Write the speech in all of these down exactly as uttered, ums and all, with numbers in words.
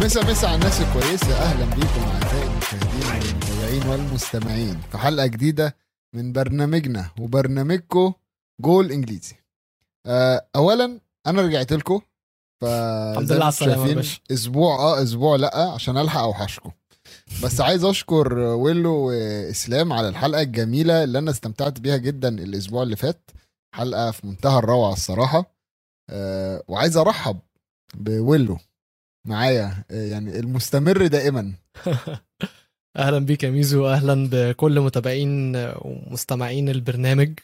مسا مسا على الناس الكويسة. أهلا بيكم أعزائي المشاهدين والمتابعين والمستمعين في حلقة جديدة من برنامجنا وبرنامجكم جول إنجليزي. أولا أنا رجعت لكم، الحمد لله على السلامة يا باشا. أسبوع آه أسبوع لأ عشان ألحق أوحشكم. بس عايز أشكر ويلو وإسلام على الحلقة الجميلة اللي أنا استمتعت بيها جدا الأسبوع اللي فات. حلقة في منتهى الروعة الصراحة. أه وعايز أرحب بويلو معايا، يعني المستمر دائما. اهلا بيك يا ميزو، اهلا بكل متابعين ومستمعين البرنامج.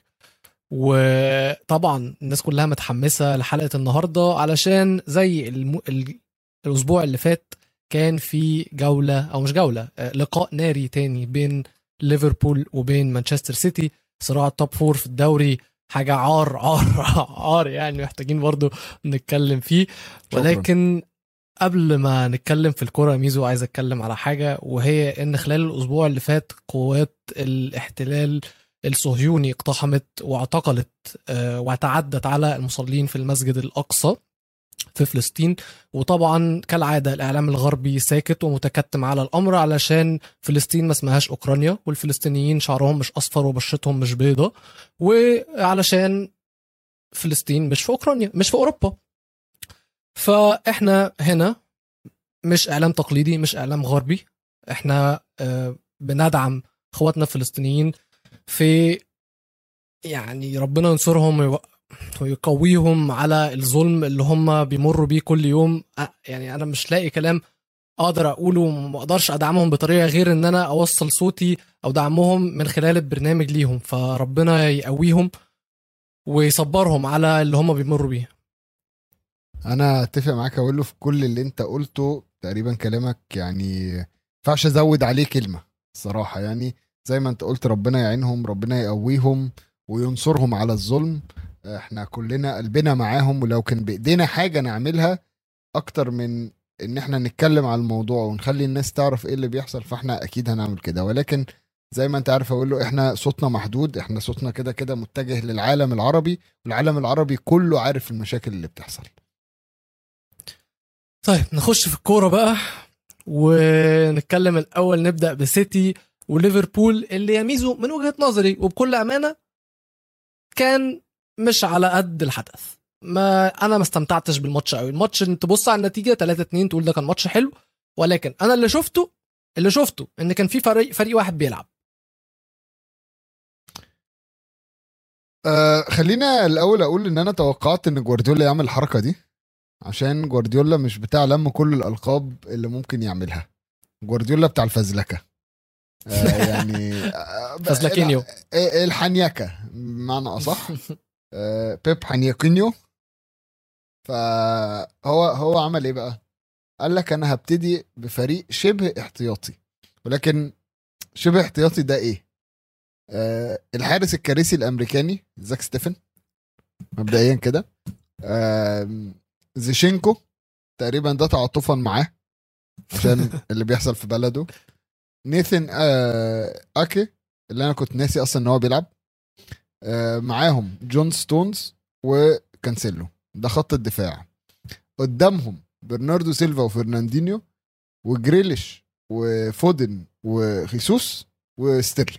وطبعا الناس كلها متحمسة لحلقة النهاردة علشان زي الم... ال... الاسبوع اللي فات كان في جولة او مش جولة، لقاء ناري تاني بين ليفربول وبين مانشستر سيتي. صراع التوب فور في الدوري حاجة عار عار عار يعني محتاجين برضو نتكلم فيه. ولكن قبل ما نتكلم في الكرة ميزو، عايز اتكلم على حاجة، وهي ان خلال الاسبوع اللي فات قوات الاحتلال الصهيوني اقتحمت واعتقلت وتعدت على المصلين في المسجد الاقصى في فلسطين. وطبعا كالعادة الاعلام الغربي ساكت ومتكتم على الامر علشان فلسطين ما اسمهاش اوكرانيا، والفلسطينيين شعرهم مش اصفر وبشرتهم مش بيضة، وعلشان فلسطين مش في اوكرانيا، مش في اوروبا. فاحنا هنا مش اعلام تقليدي، مش اعلام غربي، احنا بندعم اخواتنا الفلسطينيين في يعني ربنا ينصرهم ويقويهم على الظلم اللي هم بيمروا بيه كل يوم. يعني انا مش لاقي كلام اقدر اقوله، ما اقدرش ادعمهم بطريقه غير ان انا اوصل صوتي او دعمهم من خلال البرنامج ليهم. فربنا يقويهم ويصبرهم على اللي هم بيمروا بيه. انا اتفق معاك اقول له في كل اللي انت قلته تقريبا. كلامك يعني فعش ازود عليه كلمة الصراحة. يعني زي ما انت قلت ربنا يعينهم، ربنا يقويهم وينصرهم على الظلم. احنا كلنا قلبنا معاهم، ولو كان بايدينا حاجة نعملها اكتر من ان احنا نتكلم على الموضوع ونخلي الناس تعرف ايه اللي بيحصل، فاحنا اكيد هنعمل كده. ولكن زي ما انت عارف اقول له احنا صوتنا محدود، احنا صوتنا كده كده متجه للعالم العربي، والعالم العربي كله عارف المشاكل اللي بتحصل. طيب نخش في الكورة بقى ونتكلم الأول. نبدأ بسيتي وليفربول اللي يميزوا من وجهة نظري وبكل أمانة كان مش على قد الحدث. ما أنا ما استمتعتش بالماتش قوي. الماتش انت تبص على النتيجة ثلاثة اتنين تقول ده كان ماتش حلو، ولكن أنا اللي شفته اللي شفته إن كان في فريق فريق واحد بيلعب. أه خلينا الأول أقول إن أنا توقعت إن جوارديولا يعمل الحركة دي، عشان جوارديولا مش بتاع لم كل الألقاب اللي ممكن يعملها. جوارديولا بتاع الفزلكة. آه يعني آه فزلكينيو الحنيكة معنى أصح. آه بيب حنيكينيو. فهو هو عمل إيه بقى؟ قال لك أنا هبتدي بفريق شبه احتياطي، ولكن شبه احتياطي ده إيه؟ آه الحارس الكارثي الأمريكاني زاك ستيفن مبدئيا كده. آه زيشينكو تقريبا ده تعاطفا معاه عشان اللي بيحصل في بلده. نيثن آه اكي اللي انا كنت ناسي اصلا ان هو بيلعب آه معاهم. جون ستونز وكانسيلو، ده خط الدفاع. قدامهم برناردو سيلفا وفرناندينيو وجريليش وفودن وخيسوس وستيرلي.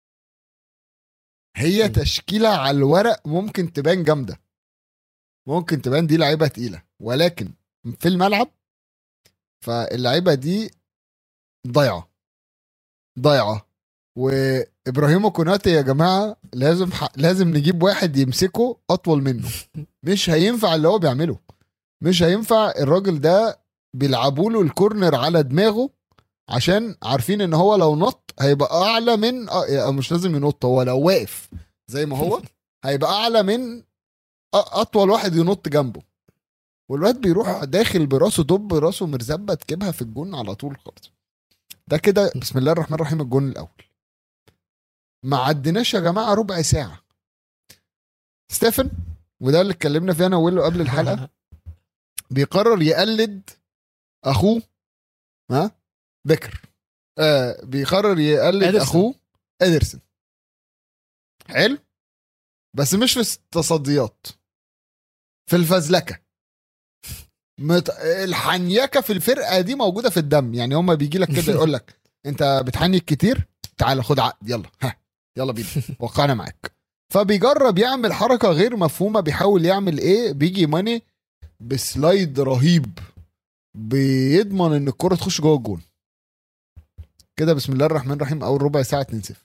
هي تشكيلة على الورق ممكن تبان جامدة، ممكن تبان دي لعيبة تقيلة، ولكن في الملعب فاللعيبة دي ضيعة ضيعة. وإبراهيم كوناتي يا جماعة لازم لازم نجيب واحد يمسكه أطول منه. مش هينفع اللي هو بيعمله، مش هينفع. الراجل ده بيلعبوله الكورنر على دماغه عشان عارفين ان هو لو نط هيبقى اعلى من اه مش لازم ينط، هو لو واقف زي ما هو هيبقى اعلى من اطول واحد ينط جنبه. والواد بيروح داخل براسه دب راسه مرزبة تجيبها في الجون على طول خالص. ده كده بسم الله الرحمن الرحيم الجون الاول. ما عدناش يا جماعة ربع ساعة ستيفن، وده اللي اتكلمنا فيه انا ويلو قبل الحلقة، بيقرر يقلد اخوه ها بكر. آه بيقرر يقلد إدرسون. اخوه إدرسون. حلو، بس مش في التصديات، في الفزلكة. مت... الحنيكه في الفرقه دي موجوده في الدم. يعني هما بيجي لك كده يقول لك انت بتحنيك كتير، تعال خد عقد، يلا ها يلا بينا وقعنا معاك. فبيجرب يعمل حركه غير مفهومه، بيحاول يعمل ايه، بيجي ماني بسلايد رهيب بيضمن ان الكره تخش جوه الجون كده. بسم الله الرحمن الرحيم، اول ربع ساعه اتنين صفر.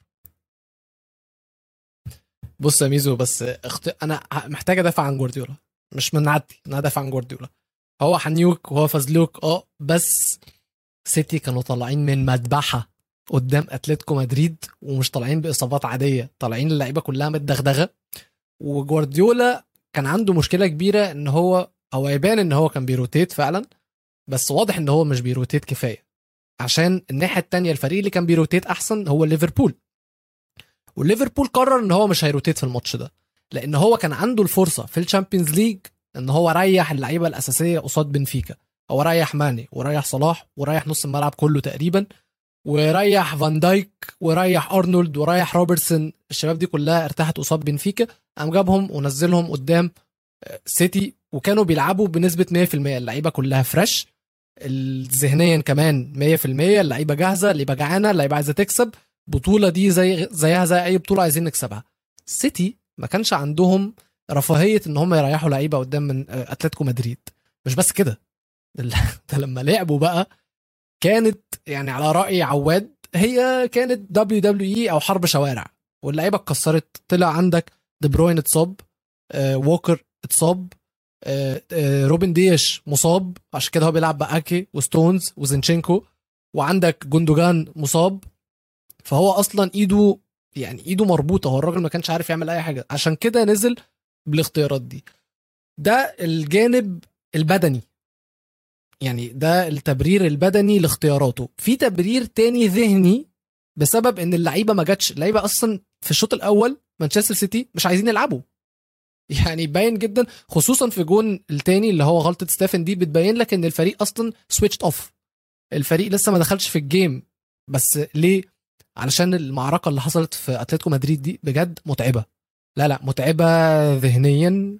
بص يا ميزو، بس اخت... انا محتاج ادافع عن جوارديولا، مش من عادتي ان ادافع عن جوارديولا. هو حنيوك وهو فزلوك اه بس سيتي كانوا طالعين من مذبحه قدام اتلتيكو مدريد، ومش طالعين باصابات عاديه، طالعين اللعيبه كلها متدغدغه. وجوارديولا كان عنده مشكله كبيره ان هو هو يبان ان هو كان بيروتيت فعلا، بس واضح ان هو مش بيروتيت كفايه. عشان الناحيه التانية الفريق اللي كان بيروتيت احسن هو ليفربول، والليفربول قرر ان هو مش هيروتيت في الماتش ده، لان هو كان عنده الفرصه في الشامبيونز ليج ان هو ريح اللعيبه الاساسيه قصاد بنفيكا. هو ريح ماني وريح صلاح وريح نص الملعب كله تقريبا، وريح فان دايك وريح ارنولد وريح روبرتسون. الشباب دي كلها ارتاحت قصاد بنفيكا، قام جابهم ونزلهم قدام سيتي، وكانوا بيلعبوا بنسبه مية في المية. اللعيبه كلها فريش ذهنيا كمان مية في المية، اللعيبه جاهزه، اللعيبه جعانه، اللعيبه عايزه تكسب. بطوله دي زي زيها زي اي بطوله عايزين نكسبها. سيتي ما كانش عندهم رفاهيه ان هم يريحوا لعيبه قدام من اتلتيكو مدريد. مش بس كده، ده لما لعبوا بقى كانت يعني على راي عواد هي كانت دبليو دبليو اي او حرب شوارع، واللعيبه اتكسرت. طلع عندك دي بروين اتصاب، آه ووكر اتصاب، آه آه روبن ديش مصاب، عشان كده هو بيلعب باكي وستونز وزينشينكو، وعندك جوندوجان مصاب. فهو اصلا ايده يعني ايده مربوطه، هو الراجل ما كانش عارف يعمل اي حاجه، عشان كده نزل بالاختيارات دي. ده الجانب البدني، يعني ده التبرير البدني لاختياراته. في تبرير تاني ذهني، بسبب ان اللعيبه ما جاتش. اللعيبه اصلا في الشوط الاول مانشستر سيتي مش عايزين يلعبوا، يعني باين جدا، خصوصا في جون التاني اللي هو غلطه ستيفن دي، بتبين لك ان الفريق اصلا سويتشد اوف. الفريق لسه ما دخلش في الجيم. بس ليه؟ علشان المعركه اللي حصلت في اتلتيكو مدريد دي بجد متعبه. لا لا متعبه ذهنيا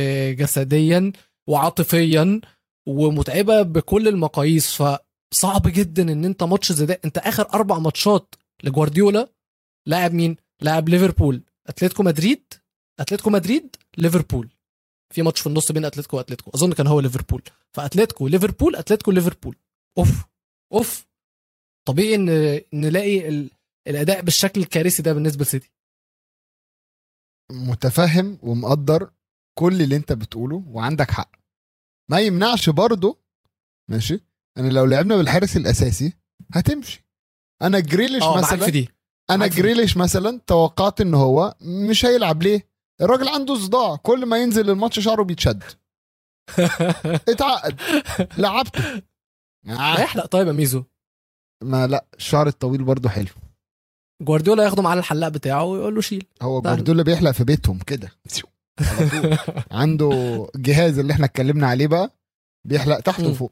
وجسديا وعاطفيا، ومتعبه بكل المقاييس. فصعب جدا ان انت ماتش زي ده، انت اخر اربع ماتشات لجوارديولا لاعب مين؟ لاعب ليفربول، اتلتيكو مدريد، اتلتيكو مدريد، ليفربول. في ماتش في النص بين اتلتيكو واتلتيكو اظن كان هو ليفربول، فاتلتيكو ليفربول اتلتيكو ليفربول. اوف اوف طبيعي ان نلاقي ال... الاداء بالشكل الكارثي ده بالنسبه لسيتي. متفهم ومقدر كل اللي انت بتقوله وعندك حق، ما يمنعش برضه ماشي. انا لو لعبنا بالحارس الاساسي هتمشي. انا جريليش مثلا دي. انا جريليش مثلا توقعت ان هو مش هيلعب. ليه؟ الراجل عنده صداع، كل ما ينزل الماتش شعره بيتشد. اتعقد، لعبته ما يحلق. طيب يا ميزو، ما لا الشعر الطويل برضه حلو. جوارديولا ياخده معاه الحلاق بتاعه ويقول له شيل. هو جوارديولا بيحلق في بيتهم كده عنده جهاز اللي احنا اتكلمنا عليه بقى، بيحلق تحت وفوق.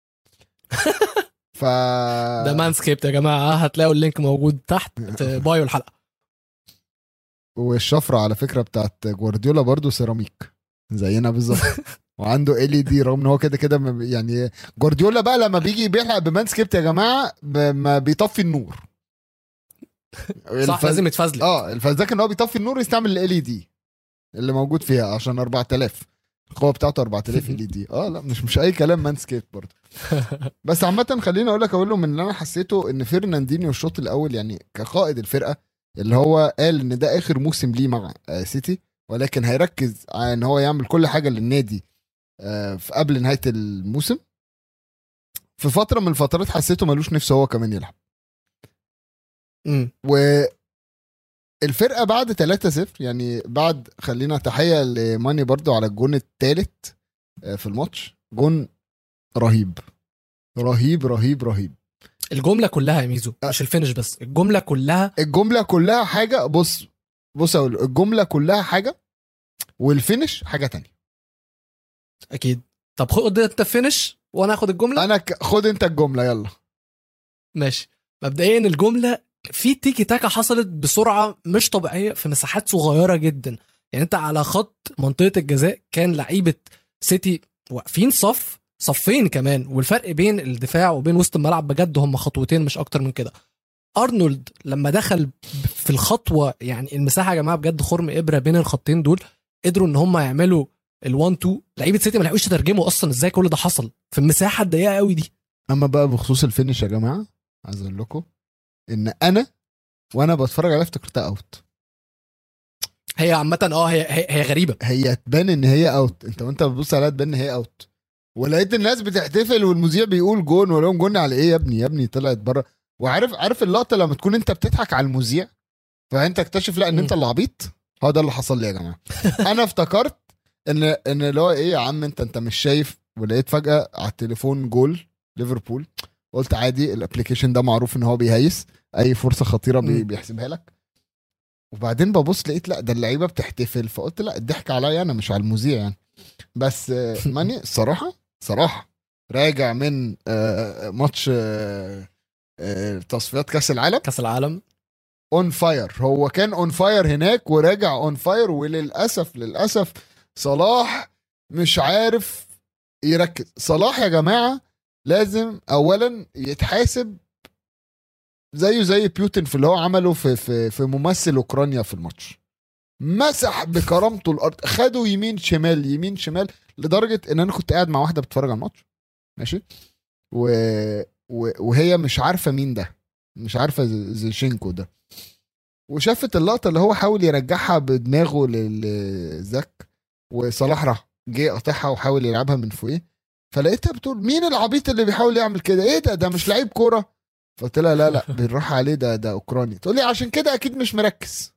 ف ده مانسكيبت يا جماعه، هتلاقوا اللينك موجود تحت في بايو الحلقه. والشفره على فكره بتاعت جوارديولا برضو سيراميك زينا بالظبط وعنده ال اي دي، رغم ان هو كده كده يعني جوارديولا بقى لما بيجي بيحلق بمانسكيبت يا جماعه ما بيطفي النور. صح الفز... لازم يتفزلك. اه الفزاك ان هو بيطفي النور يستعمل ال اي دي اللي موجود فيها عشان أربعة آلاف، القوه بتاعته أربعة آلاف ال اي دي. اه لا مش مش اي كلام مانسكيبت برضه. بس عامه خليني اقول لك اقول له من اللي انا حسيته ان فرناندينيو الشوط الاول يعني كقائد الفرقه، اللي هو قال ان ده اخر موسم ليه مع سيتي، ولكن هيركز على ان هو يعمل كل حاجه للنادي في قبل نهايه الموسم. في فتره من الفترات حسيته ملوش نفسه هو كمان يلعب. امم والفرقه بعد ثلاثة صفر يعني بعد، خلينا تحيه لماني برضو على الجون الثالث في الماتش، جون رهيب رهيب رهيب رهيب. الجمله كلها يا ميزو، مش الفينش بس، الجمله كلها الجمله كلها حاجه. بص بص اقول الجمله كلها حاجه والفينش حاجه تانية. اكيد. طب خد انت فينش وانا اخد الجمله. انا ك... خد انت الجمله يلا. ماشي. مبدئيا الجمله في تيكي تاكا حصلت بسرعه مش طبيعيه في مساحات صغيره جدا. يعني انت على خط منطقه الجزاء كان لعيبه سيتي واقفين صف صفين كمان، والفرق بين الدفاع وبين وسط الملعب بجد هم خطوتين مش اكتر من كده. ارنولد لما دخل في الخطوه، يعني المساحه يا جماعه بجد خرم ابره بين الخطين دول، قدروا ان هم يعملوا الوان تو. لعيبه سيتي ما لحقوش يترجموا اصلا ازاي كل ده حصل في المساحه الضيقه قوي دي. اما بقى بخصوص الفينش يا جماعه، عايز اقول لكم ان انا وانا بتفرج عليها افتكرتها اوت. هي عامه اه هي, هي هي غريبه، هي تبان ان هي اوت، انت وانت بتبص عليها تبان ان هي اوت، ولقيت الناس بتحتفل والمذيع بيقول جون، ولهم جون على ايه يا ابني؟ يا ابني طلعت بره. وعارف عارف اللقطه لما تكون انت بتضحك على المذيع فانت تكتشف لا ان انت اللي عبيط. هو ده اللي حصل لي يا جماعه. انا افتكرت ان ان اللي هو ايه يا عم انت انت مش شايف، ولقيت فجاه على التليفون جول ليفربول. قلت عادي الابلكيشن ده معروف ان هو بيهيس اي فرصه خطيره بي بيحسبها لك. وبعدين ببص لقيت لا ده اللعيبه بتحتفل، فقلت لا الضحك عليا انا مش على المذيع يعني. بس ماني الصراحه صراحه راجع من ماتش تصفيات كاس العالم كاس العالم اون فاير. هو كان اون فاير هناك وراجع اون فاير. وللاسف للاسف صلاح مش عارف يركز. صلاح يا جماعه لازم اولا يتحاسب زيه زي بيوتين في اللي هو عمله في في في ممثل اوكرانيا في الماتش. مسح بكرامته الارض، خدوا يمين شمال يمين شمال، لدرجه ان انا كنت قاعد مع واحده بتتفرج على الماتش ماشي و... و... وهي مش عارفه مين ده، مش عارفه زيشينكو ده، وشافت اللقطه اللي هو حاول يرجعها بدماغه لزاك، وصلاح راح جه قاطعها وحاول يلعبها من فوقيه. فلقيتها بتقول مين العبيط اللي بيحاول يعمل كده؟ ايه ده؟ ده مش لعيب كوره. فقلت لها لا لا بالراحه عليه، ده ده اوكراني. تقول لي عشان كده اكيد مش مركز.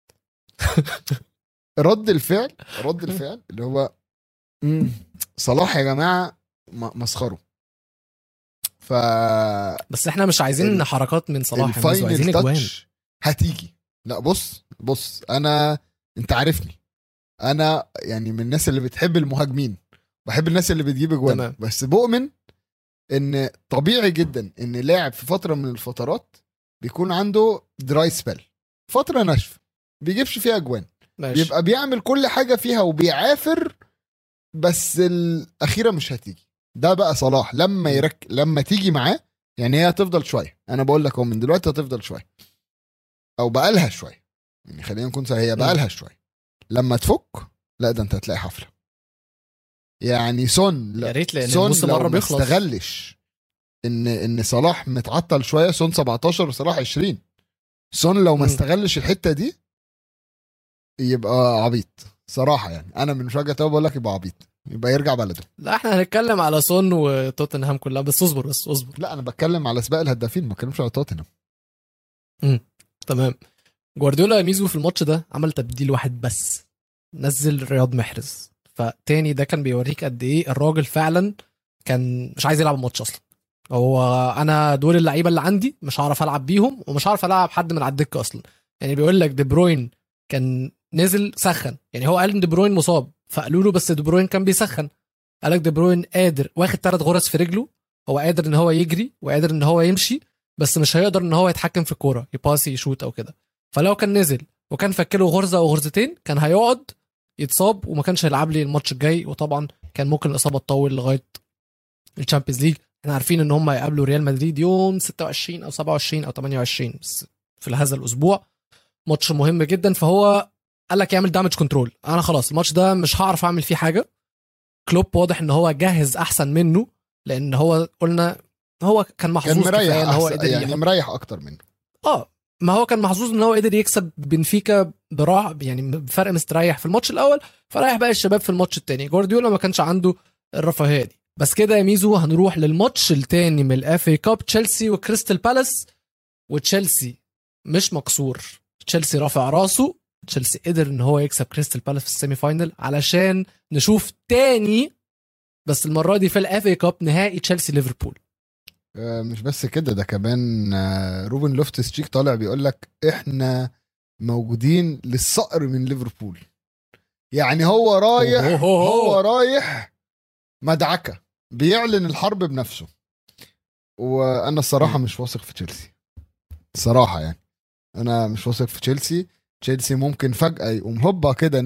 رد الفعل رد الفعل اللي هو صلاح يا جماعه مسخره. ف بس احنا مش عايزين ال... حركات من صلاح، مش عايزين اجوان هتيجي. لا بص بص انا انت عارفني انا يعني من الناس اللي بتحب المهاجمين، بحب الناس اللي بتجيب اجوان، بس بؤمن ان طبيعي جدا ان لاعب في فتره من الفترات بيكون عنده دراي سبيل، فتره نشف بيجيبش فيها اجوان، بيبقى بيعمل كل حاجه فيها وبيعافر، بس الاخيره مش هتيجي. ده بقى صلاح لما يرك لما تيجي معاه يعني هي هتفضل شويه، انا بقول لك هو من دلوقتي هتفضل شويه او بقالها شويه، يعني خلينا نكون هي بقالها شويه. لما تفك لا ده انت هتلاقي حفله. يعني سون يا ريت لان سون الموسم مره بيخلص. استغلش ان ان صلاح متعطل شويه، سون سبعتاشر وصلاح عشرين. سون لو ما استغلش الحته دي يبقى عبيط صراحه. يعني انا من وجهه نظري بقول لك يبقى عبيط، يبقى يرجع بلده. لا احنا هنتكلم على سون وتوتنهام كلها، بس اصبر بس اصبر. لا انا بتكلم على سباق الهدافين، ما بتكلمش على توتنهام. امم تمام. جوارديولا ميزو في الماتش ده عمل تبديل واحد بس، نزل رياض محرز. فتاني ده كان بيوريك قد ايه الراجل فعلا كان مش عايز يلعب الماتش اصلا. هو انا دول اللعيبه اللي عندي مش هعرف العب بيهم، ومش هعرف العب حد من على الدكه اصلا. يعني بيقول لك دي بروين كان نزل سخن، يعني هو قال ان دي بروين مصاب، فقالوا له بس دي بروين كان بيسخن. قال لك دي بروين قادر، واخد ثلاث غرز في رجله، هو قادر ان هو يجري وقادر ان هو يمشي، بس مش هيقدر ان هو يتحكم في الكوره يباسي يشوت او كده. فلو كان نزل وكان فكله غرزه او غرزتين كان هيقعد يتصاب وما كانش هيلعب لي الماتش الجاي، وطبعا كان ممكن الاصابه تطول لغايه الشامبيونز ليج. احنا عارفين ان هم هيقابلوا ريال مدريد يوم ستة وعشرين او سبعة وعشرين او ثمانية وعشرين في هذا الاسبوع، ماتش مهم جدا. فهو قال لك يعمل دامج كنترول. انا خلاص الماتش ده مش هعرف اعمل فيه حاجه. كلوب واضح ان هو جاهز احسن منه، لان هو قلنا هو كان محظوظ كان مريح ان هو قدر يعني يحب. مريح اكتر منه. اه ما هو كان محظوظ ان هو قدر يكسب بنفيكا براح، يعني بفرق مستريح في الماتش الاول، فريح بقى الشباب في الماتش الثاني. جوارديولا ما كانش عنده الرفاهيه دي. بس كده يا ميزو هنروح للماتش الثاني من الاف اي كاب، تشيلسي وكريستال بالاس. وتشيلسي مش مكسور، تشيلسي رافع راسه. تشيلسي قدر ان هو يكسب كريستال بالاس في السيمي فاينل علشان نشوف تاني، بس المره دي في الاف اي كاب، نهائي تشيلسي ليفربول. مش بس كده، ده كمان روبن لوفتس تشيك طالع بيقول لك احنا موجودين للصقر من ليفربول. يعني هو رايح أوه أوه أوه. هو رايح مدعكة، بيعلن الحرب بنفسه. وانا الصراحة مش واثق في تشيلسي الصراحة، يعني انا مش واثق في تشيلسي. تشيلسي ممكن فجأة يقوم هوبا كده نايم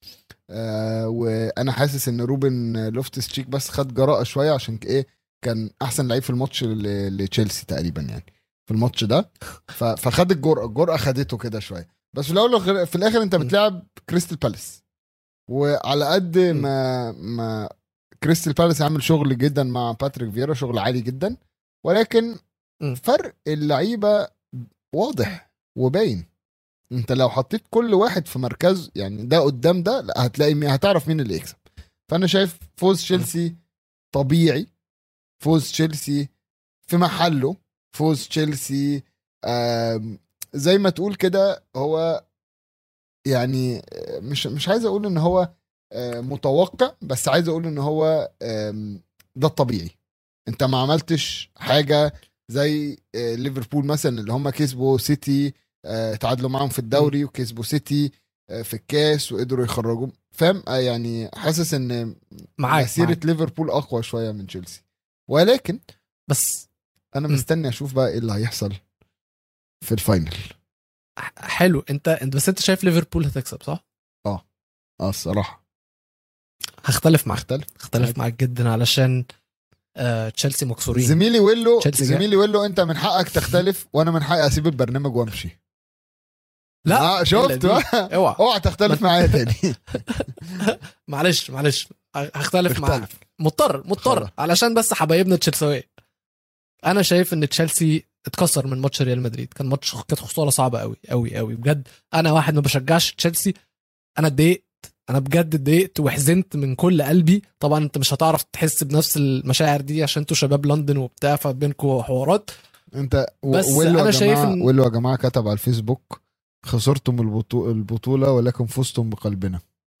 آه وانا حاسس ان روبن لوفتس تشيك بس خد جراءه شويه عشان ايه كان احسن لعيب في الماتش لتشيلسي تقريبا يعني في الماتش ده. فخد الجرأه الجرأه خدته كده شويه. بس في الاول في الاخر انت بتلعب كريستال بالاس، وعلى قد ما ما كريستال بالاس عامل شغل جدا مع باتريك فييرا، شغل عالي جدا، ولكن فرق اللعيبه واضح وباين. انت لو حطيت كل واحد في مركز يعني ده قدام ده، لا هتلاقي مين، هتعرف مين اللي يكسب. فانا شايف فوز تشيلسي طبيعي، فوز تشيلسي في محله، فوز تشيلسي زي ما تقول كده. هو يعني مش مش عايز اقول ان هو متوقع، بس عايز اقول ان هو ده الطبيعي. انت ما عملتش حاجه زي ليفربول مثلا اللي هم كسبوا سيتي، تعادلوا معهم في الدوري وكسبوا سيتي في الكاس وقدروا يخرجوا، فاهم يعني. حاسس ان مسيره ليفربول اقوى شويه من تشيلسي، ولكن بس انا مستني اشوف بقى ايه اللي هيحصل في الفاينل. حلو. انت انت بس انت شايف ليفربول هتكسب صح؟ اه اه الصراحه هختلف معاك هختلف هختلف معاك جدا علشان آه، تشيلسي مكسورين. زميلي ويلو زميلي ويلو انت من حقك تختلف وانا من حقي اسيب البرنامج وامشي. لا آه شفت اوعى اوعى تختلف معايا تاني. معلش معلش هختلف معاك، مضطر مضطر خلاص. علشان بس حبايبنا تشيلساويه. انا شايف ان تشيلسي اتكسر من ماتش ريال مدريد، كان ماتش كانت خساره صعبه قوي قوي قوي بجد. انا واحد ما بشجعش تشيلسي، انا اتضايقت، انا بجد اتضايقت وحزنت من كل قلبي. طبعا انت مش هتعرف تحس بنفس المشاعر دي عشان انتوا شباب لندن وبتاع، فبينكم حوارات. انت بس انا شايف ان ويلو يا جماعه كتب على الفيسبوك خسرتم البطوله ولكن فزتم بقلبنا.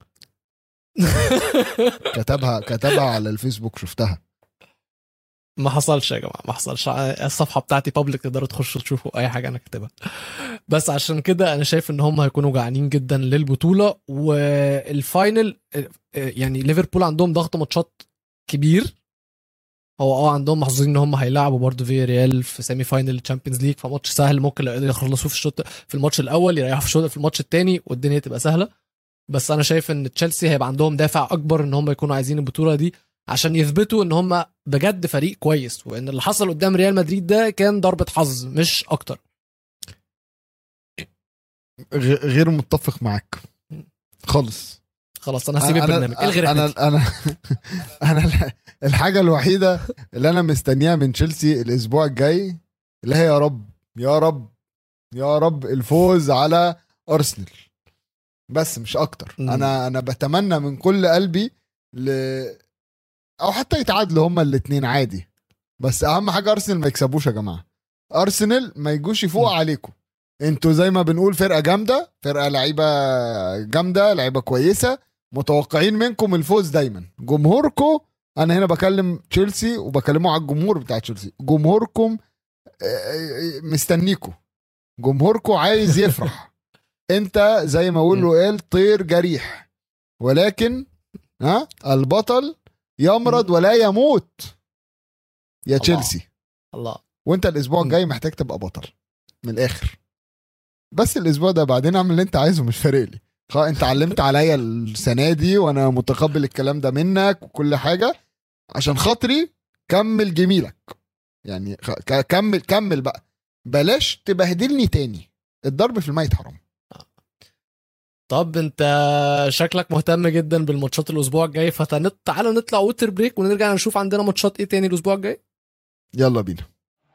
كتبها كتبها على الفيسبوك، شفتها. ما حصلش يا جماعه، ما حصلش. الصفحه بتاعتي بابليك، تقدروا تخشوا تشوفوا اي حاجه انا كاتبها. بس عشان كده انا شايف ان هم هيكونوا جعانين جدا للبطوله والفاينل. يعني ليفربول عندهم ضغط ماتشات كبير. هو اه عندهم محظوظين ان هم هيلعبوا برضو في ريال في سيمي فاينل تشامبيونز ليج، فماتش سهل ممكن يخلصوه في الشوط في الماتش الاول، يريحوا في الشوط في الماتش الثاني والدنيا تبقى سهله. بس انا شايف ان تشيلسي هيبقى عندهم دافع اكبر ان هم يكونوا عايزين البطوله دي عشان يثبتوا ان هم بجد فريق كويس، وان اللي حصل قدام ريال مدريد ده كان ضربه حظ مش اكتر. غير متفق معاك خالص. خلاص انا هسيب البرنامج. الغي انا انا انا الحاجه الوحيده اللي انا مستنيها من تشيلسي الاسبوع الجاي اللي هي يا رب يا رب يا رب الفوز على ارسنال، بس مش اكتر. م. انا انا بتمنى من كل قلبي ل... او حتى يتعادلوا هما الاثنين عادي، بس اهم حاجه ارسنال ما يكسبوش يا جماعه. ارسنال ما يجوش يفوق عليكم. انتوا زي ما بنقول فرقه جامده، فرقه لعيبه جامده، لعيبه كويسه، متوقعين منكم الفوز دايما. جمهوركم، انا هنا بكلم تشيلسي وبكلمه على الجمهور بتاع تشيلسي، جمهوركم مستنيكم، جمهوركم عايز يفرح. انت زي ما قولوا قال طير جريح، ولكن ها البطل يمرض ولا يموت يا تشيلسي. الله. وانت الاسبوع الجاي محتاج تبقى بطل من الاخر. بس الاسبوع ده بعدين اعمل اللي انت عايزه، مش فارق لي. خلاص انت علمت عليا السنه دي وانا متقبل الكلام ده منك وكل حاجه. عشان خاطري كمل جميلك يعني، كمل كمل بقى، بلاش تبهدلني تاني. الضرب في الميت حرام. طب انت شكلك مهتم جدا بالماتشات الاسبوع الجاي، فتنط تعالى نطلع ووتر بريك ونرجع نشوف عندنا ماتشات ايه تاني الاسبوع الجاي. يلا بينا.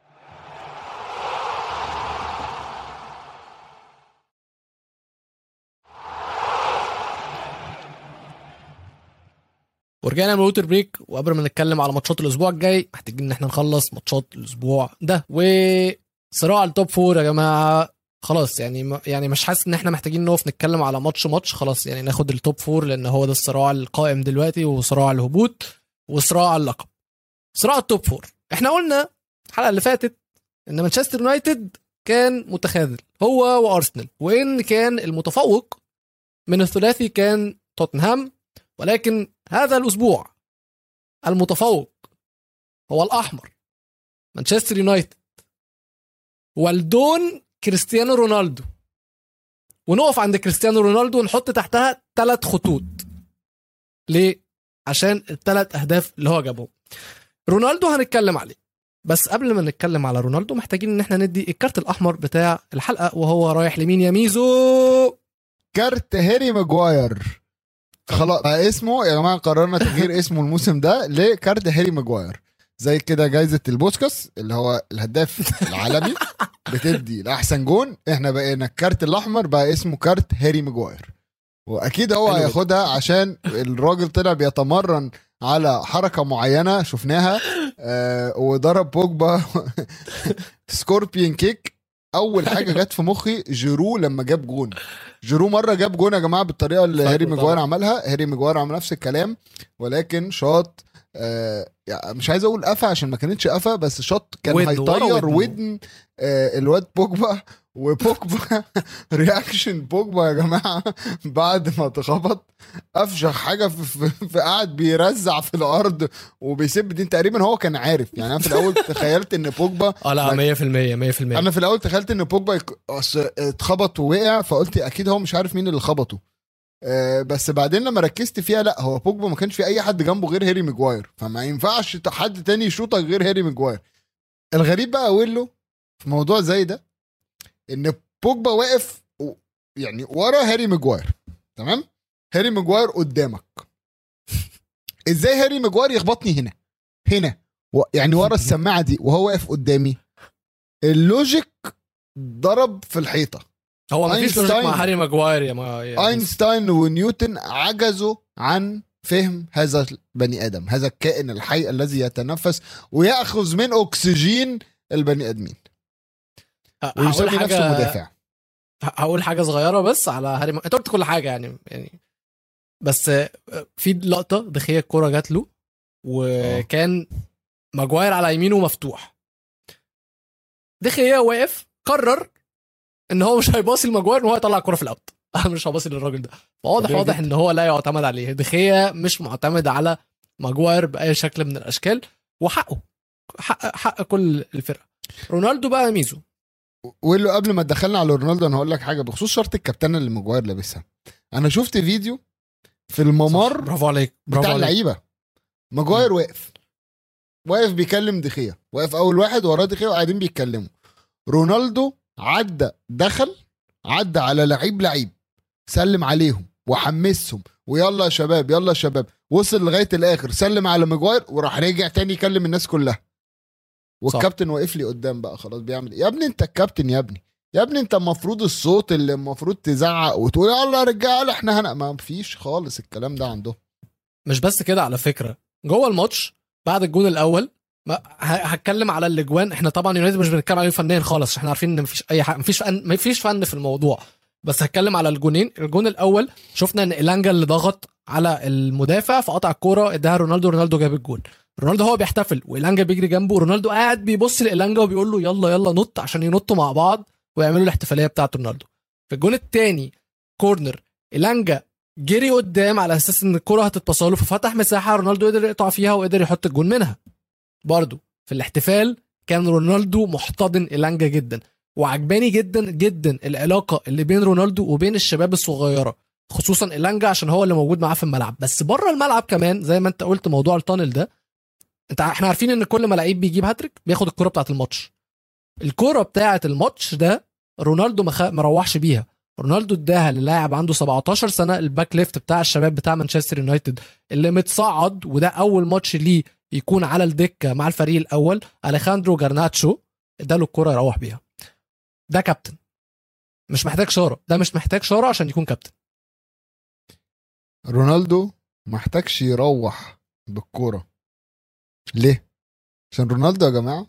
ورجعنا من الووتر بريك، وقبل ما نتكلم على ماتشات الاسبوع الجاي محتاجين ان احنا نخلص ماتشات الاسبوع ده. وصراع التوب فور يا جماعه خلاص يعني يعني مش حاسس ان احنا محتاجين نقف نتكلم على ماتش ماتش. خلاص يعني ناخد التوب فور، لان هو ده الصراع القائم دلوقتي، وصراع الهبوط وصراع اللقب. صراع التوب فور، احنا قلنا الحلقه اللي فاتت ان مانشستر يونايتد كان متخاذل هو وارسنال، وان كان المتفوق من الثلاثي كان توتنهام، ولكن هذا الأسبوع المتفوق هو الأحمر مانشستر يونايتد، والدون كريستيانو رونالدو. ونقف عند كريستيانو رونالدو ونحط تحتها ثلاث خطوط. ليه؟ عشان الثلاث اهداف اللي هو جابهم. رونالدو هنتكلم عليه، بس قبل ما نتكلم على رونالدو محتاجين ان احنا ندي الكارت الاحمر بتاع الحلقه، وهو رايح لمين يا ميزو؟ كارت هاري ماجواير. خلاص اسمه يا جماعه، قررنا تغيير اسمه الموسم ده لكارت هاري ماجواير، زي كده جايزه البوسكاس اللي هو الهداف العالمي بتدي لاحسن جون. احنا بقينا الكارت الاحمر بقى اسمه كارت هاري ماجواير، واكيد هو هياخدها عشان الراجل طلع بيتمرن على حركه معينه شفناها آه وضرب بوجبا سكوربيون كيك. اول حاجه جت في مخي جيرو لما جاب جون. جيرو مره جاب جون يا جماعه بالطريقه اللي هاري ماجواير عملها. هاري ماجواير عمل نفس الكلام، ولكن شاط آه يعني مش عايز اقول قفا عشان ما كانتش قفا، بس شط كان هيطير ودن آه الواد بوجبا. وبوجبا رياكشن بوجبا يا جماعه بعد ما اتخبط افشخ حاجه في, في, في قاعد بيرزع في الارض وبيسب دي. تقريبا هو كان عارف يعني. انا في الاول تخيلت ان بوجبا اه لا مية في المية مية في المية. انا في الاول تخيلت ان بوجبا اتخبط ووقع، فقلت اكيد هو مش عارف مين اللي خبطه. أه بس بعدين لما ركزت فيها لا، هو بوجبا ما كانش في اي حد جنبه غير هاري ماجواير، فما ينفعش حد تاني يشوطك غير هاري ماجواير. الغريب بقى اقول له في موضوع زي ده ان بوجبا واقف يعني ورا هاري ماجواير، تمام؟ هاري ماجواير قدامك، ازاي هاري ماجواير يخبطني هنا هنا يعني ورا السماعه دي وهو واقف قدامي؟ اللوجيك ضرب في الحيطه. هو ما فيش لوجيك مع هاري ماجواير يا ما يا اينشتاين ونيوتن عجزوا عن فهم هذا البني ادم، هذا الكائن الحي الذي يتنفس وياخذ من اكسجين البني ادمين ويسمي نفسه مدافع. هقول حاجه صغيره بس على هاري م... انت قلت كل حاجه يعني يعني بس في لقطه دخيه الكوره جات له وكان ماجواير على يمينه مفتوح، دخيه واقف قرر ان هو مش هيباصي لماجواير وهو يطلع الكوره في الاوت. انا مش هباصي للراجل ده. واضح واضح ان هو لا يعتمد عليه. دخيه مش معتمد على ماجواير باي شكل من الاشكال، وحقه حق حق كل الفرقه. رونالدو بقى ميزو وقول له قبل ما تدخلنا على رونالدو انا هقول لك حاجه بخصوص شرط الكابتنه اللي ماجواير لابسها. انا شفت فيديو في الممر، برافو عليك برافو بتاع اللعيبه، ماجواير واقف واقف بيكلم دخيه، واقف اول واحد وراه دخيه وقاعدين بيتكلموا. رونالدو عدى دخل عدى على لعيب لعيب سلم عليهم وحمسهم ويلا يا شباب يلا يا شباب، وصل لغايه الاخر سلم على ماجواير وراح رجع تاني يكلم الناس كلها. والكابتن واقف لي قدام بقى خلاص بيعمل ايه؟ يا ابني انت الكابتن يا ابني، يا ابني انت المفروض الصوت اللي المفروض تزعق وتقول يلا يا رجاله احنا هنا. ما فيش خالص الكلام ده عندهم. مش بس كده على فكره، جوه الماتش بعد الجون الاول ما هتكلم على الاجوان. احنا طبعا يونايتد مش بنتكلم عليه فنيا خالص، احنا عارفين ان مفيش اي حاجه، مفيش فن مفيش فن في الموضوع، بس هتكلم على الجونين. الجون الاول شفنا ان إيلانجا اللي ضغط على المدافع فقطع الكوره اداها رونالدو، رونالدو جاب الجون. رونالدو هو بيحتفل وإيلانجا بيجري جنبه، رونالدو قاعد بيبص لإيلانجا وبيقول له يلا يلا نط عشان ينطوا مع بعض ويعملوا الاحتفاليه بتاعه رونالدو. في الجون الثاني كورنر إيلانجا جري قدام على اساس ان الكره هتتبصله ففتح مساحه، رونالدو قدر يقطع فيها وقدر يحط الجون منها. برضو في الاحتفال كان رونالدو محتضن إيلانجا جدا، وعجباني جدا جدا العلاقه اللي بين رونالدو وبين الشباب الصغيره، خصوصا إيلانجا عشان هو اللي موجود معاه في الملعب. بس بره الملعب كمان زي ما انت قلت موضوع التانل ده، انت احنا عارفين ان كل ما لعيب بيجيب هاتريك بياخد الكره بتاعه الماتش. الكره بتاعه الماتش ده رونالدو ما, خ... ما روحش بيها، رونالدو اداها للاعب عنده سبعتاشر سنه، الباك ليفت بتاع الشباب بتاع مانشستر يونايتد اللي متصعد، وده اول ماتش ليه يكون على الدكه مع الفريق الاول، اليخاندرو جارناتشو اداله الكره يروح بيها. ده كابتن مش محتاج شاره، ده مش محتاج شاره عشان يكون كابتن. رونالدو محتاجش يروح بالكوره. ليه؟ عشان رونالدو يا جماعه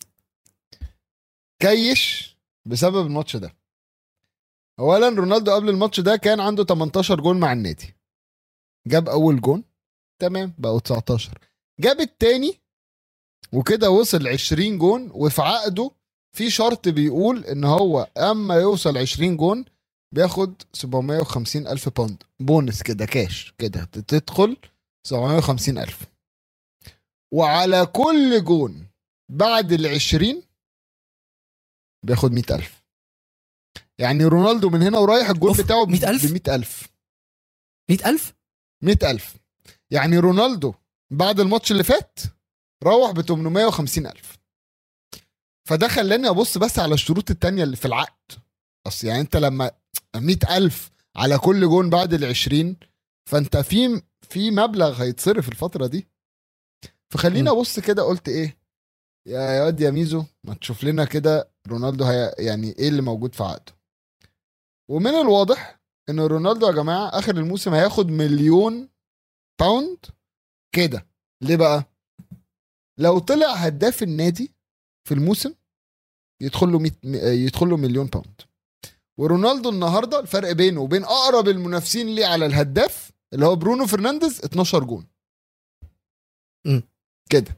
كيش بسبب الماتش ده. اولا رونالدو قبل الماتش ده كان عنده تمنتاشر جول مع النادي، جاب اول جون تمام بقوا تسعتاشر، جاب التاني وكده وصل عشرين جون، وفي عقده في شرط بيقول ان هو اما يوصل عشرين جون بياخد سبعمية وخمسين الف باوند بونس كده كاش كده تدخل سبعمية وخمسين الف، وعلى كل جون بعد العشرين بياخد مئة الف. يعني رونالدو من هنا ورايح الجول أوف، بتاعه مية ألف؟ ب مية ألف. مية ألف مية ألف يعني رونالدو بعد الماتش اللي فات روح ب تمنمية وخمسين ألف. فده خلاني ابص بس على الشروط التانية اللي في العقد. اصل يعني انت لما مية ألف على كل جون بعد العشرين، فانت في في مبلغ هيتصرف الفترة دي. فخلينا ابص كده، قلت ايه يا واد يا ميزو، ما تشوف لنا كده رونالدو هي يعني ايه اللي موجود في عقده. ومن الواضح ان رونالدو يا جماعة اخر الموسم هياخد مليون باوند كده. ليه بقى؟ لو طلع هداف النادي في الموسم يدخل له مية يدخل له مليون باوند. ورونالدو النهارده الفرق بينه وبين اقرب المنافسين ليه على الهداف اللي هو برونو فرنانديز اتناشر جون م. كده.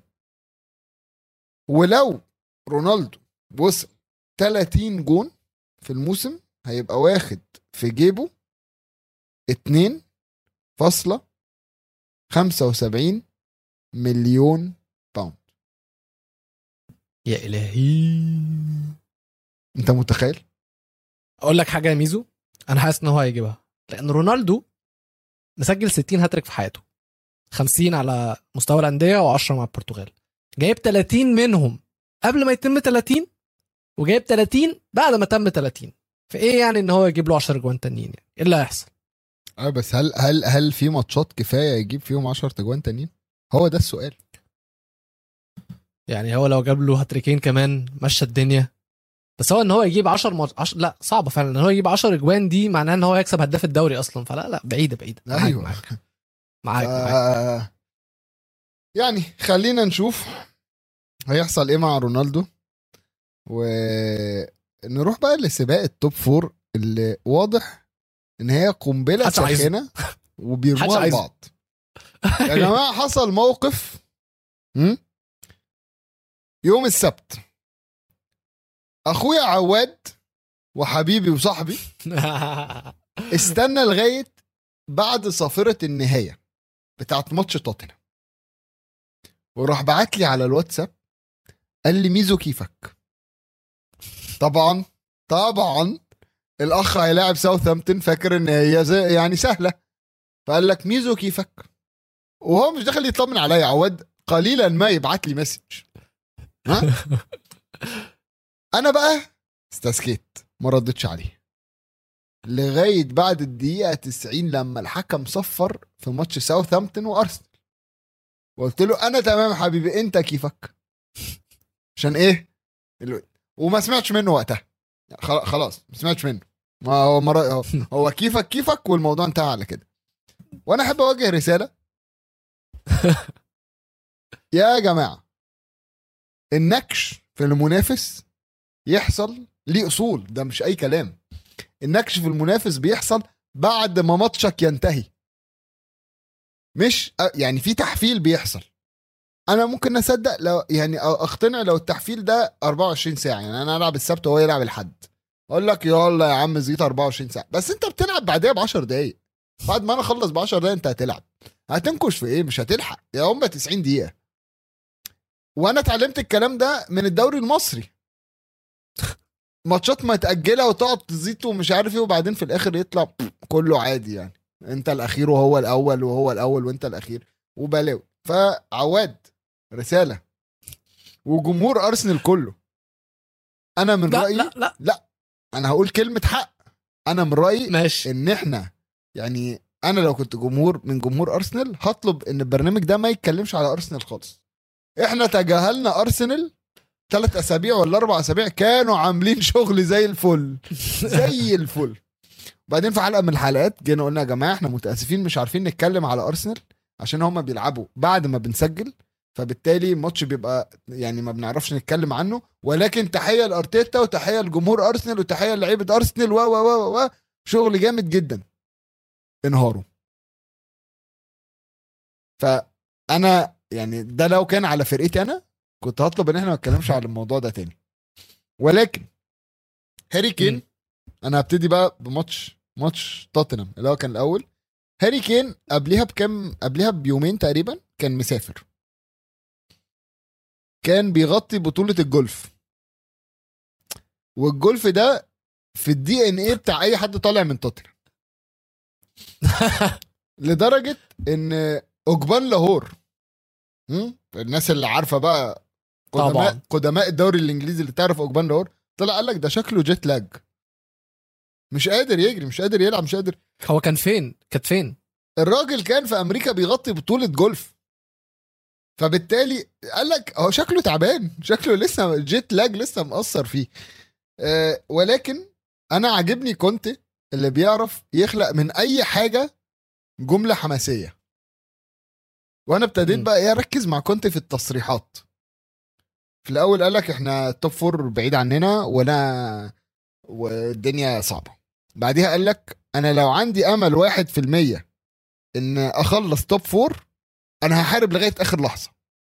ولو رونالدو وصل تلاتين جون في الموسم هيبقى واخد في جيبه اتنين فاصلة خمسة وسبعين مليون باوند. يا الهي، انت متخيل؟ اقول لك حاجه يا ميزو، انا حاسس ان هو هيجيبها، لان رونالدو مسجل ستين هاتريك في حياته، خمسين على مستوى الانديه وعشرة مع البرتغال، جايب تلاتين منهم قبل ما يتم تلاتين، وجايب تلاتين بعد ما تم تلاتين. فايه يعني ان هو يجيب له عشرة جوان تانيين؟ يعني ايه اللي هيحصل؟ اه بس هل هل هل في ماتشات كفايه يجيب فيهم عشرة جوان تانيين؟ هو ده السؤال. يعني هو لو جاب له هاتريكين كمان مشى الدنيا. بس هو ان هو يجيب عشرة ماتش عشرة، لا صعبه فعلا ان هو يجيب عشرة اجوان، دي معناها ان هو يكسب هداف الدوري اصلا، فلا لا بعيده بعيده. معاك ايوه معاك معاك, ف... معاك. يعني خلينا نشوف هيحصل ايه مع رونالدو، ونروح بقى لسباق التوب فور اللي واضح ان هي قنبله حدش عايزه. ساخنه وبيرموها حدش عايزه. لبعض. يا جماعه حصل موقف م? يوم السبت اخويا عواد وحبيبي وصاحبي استنى لغايه بعد صافره النهايه بتاعت ماتش توتنهام، وراح بعت لي على الواتساب قال لي ميزو كيفك. طبعا طبعا الاخ هيلاعب ساوثهامبتون فاكر ان هي زي يعني سهله، فقال لك ميزو كيفك، وهو مش داخل يطمن عليا. عواد قليلا ما يبعت لي مسج. ها انا بقى استسكيت ما ردتش عليه لغايه بعد الدقيقه تسعين لما الحكم صفر في ماتش ساوثهامبتون وارسنال، وقلت له انا تمام حبيبي انت كيفك عشان ايه. وما سمعتش منه وقتها، خلاص ما سمعتش منه. ما هو مر... هو كيفك كيفك والموضوع انتهى على كده. وانا احب اوجه رساله يا جماعه، النكش في المنافس يحصل ليه اصول، ده مش اي كلام. النكش في المنافس بيحصل بعد ما ماتشك ينتهي، مش يعني في تحفيل بيحصل. انا ممكن اصدق لو يعني اقتنع لو التحفيل ده أربعة وعشرين ساعه، يعني انا العب السبت وهو يلعب الحد، اقول لك يلا يا عم زيت أربعة وعشرين ساعه. بس انت بتلعب بعدها ب عشر دقايق، بعد ما انا اخلص ب عشر دقايق انت هتلعب، هتنكش في ايه؟ مش هتلحق يا هم تسعين دقيقه. وانا اتعلمت الكلام ده من الدوري المصري، ماتشات ما تاجلها وتقعد تزيد ومش عارف ايه، وبعدين في الاخر يطلع كله عادي، يعني انت الاخير وهو الاول وهو الاول وانت الاخير وبلاوي. فعواد رساله وجمهور ارسنال كله، انا من لا رايي لا لا لا انا هقول كلمه حق. انا من رايي ماشي. ان احنا يعني انا لو كنت جمهور من جمهور ارسنال هطلب ان البرنامج ده ما يتكلمش على ارسنال خالص. احنا تجاهلنا ارسنال ثلاث اسابيع ولا اربع اسابيع كانوا عاملين شغل زي الفل زي الفل. بعدين في حلقه من الحلقات جينا قلنا يا جماعه احنا متاسفين مش عارفين نتكلم على ارسنال عشان هما بيلعبوا بعد ما بنسجل، فبالتالي الماتش بيبقى يعني ما بنعرفش نتكلم عنه. ولكن تحيه لارتيتا وتحيه لجمهور ارسنال وتحيه لعيبه ارسنال و و و و شغل جامد جدا. انهاروا. فانا يعني ده لو كان على فرقتي انا كنت هطلب ان احنا ما نتكلمش على الموضوع ده تاني. ولكن هاري كين، انا هبتدي بقى بماتش ماتش توتنهام اللي هو كان الاول. هاري كين قبلها بكم قبلها بيومين تقريبا كان مسافر، كان بيغطي بطولة الجولف، والجولف ده في الدي ان ايه بتاع اي حد طالع من توتنهام. لدرجه ان اوجبان لاهور، هم؟ الناس اللي عارفه بقى قدماء طبعا. قدماء الدوري الانجليزي اللي تعرف اوجبان لاهور، طلع قال لك ده شكله جيت لاج، مش قادر يجري، مش قادر يلعب، مش قادر. هو كان فين؟ كانت فين؟ الراجل كان في امريكا بيغطي بطوله جولف، فبالتالي قال لك هو شكله تعبان، شكله لسه جيت لاج لسه مأثر فيه. أه ولكن انا عاجبني كونتي اللي بيعرف يخلق من اي حاجه جمله حماسيه. وانا ابتديت م. بقى ايه اركز مع كونتي في التصريحات. في الاول قال لك احنا توب فور بعيد عننا ولا والدنيا صعبه. بعديها قال لك انا لو عندي امل واحد في المية ان اخلص توب فور انا هحارب لغايه اخر لحظه.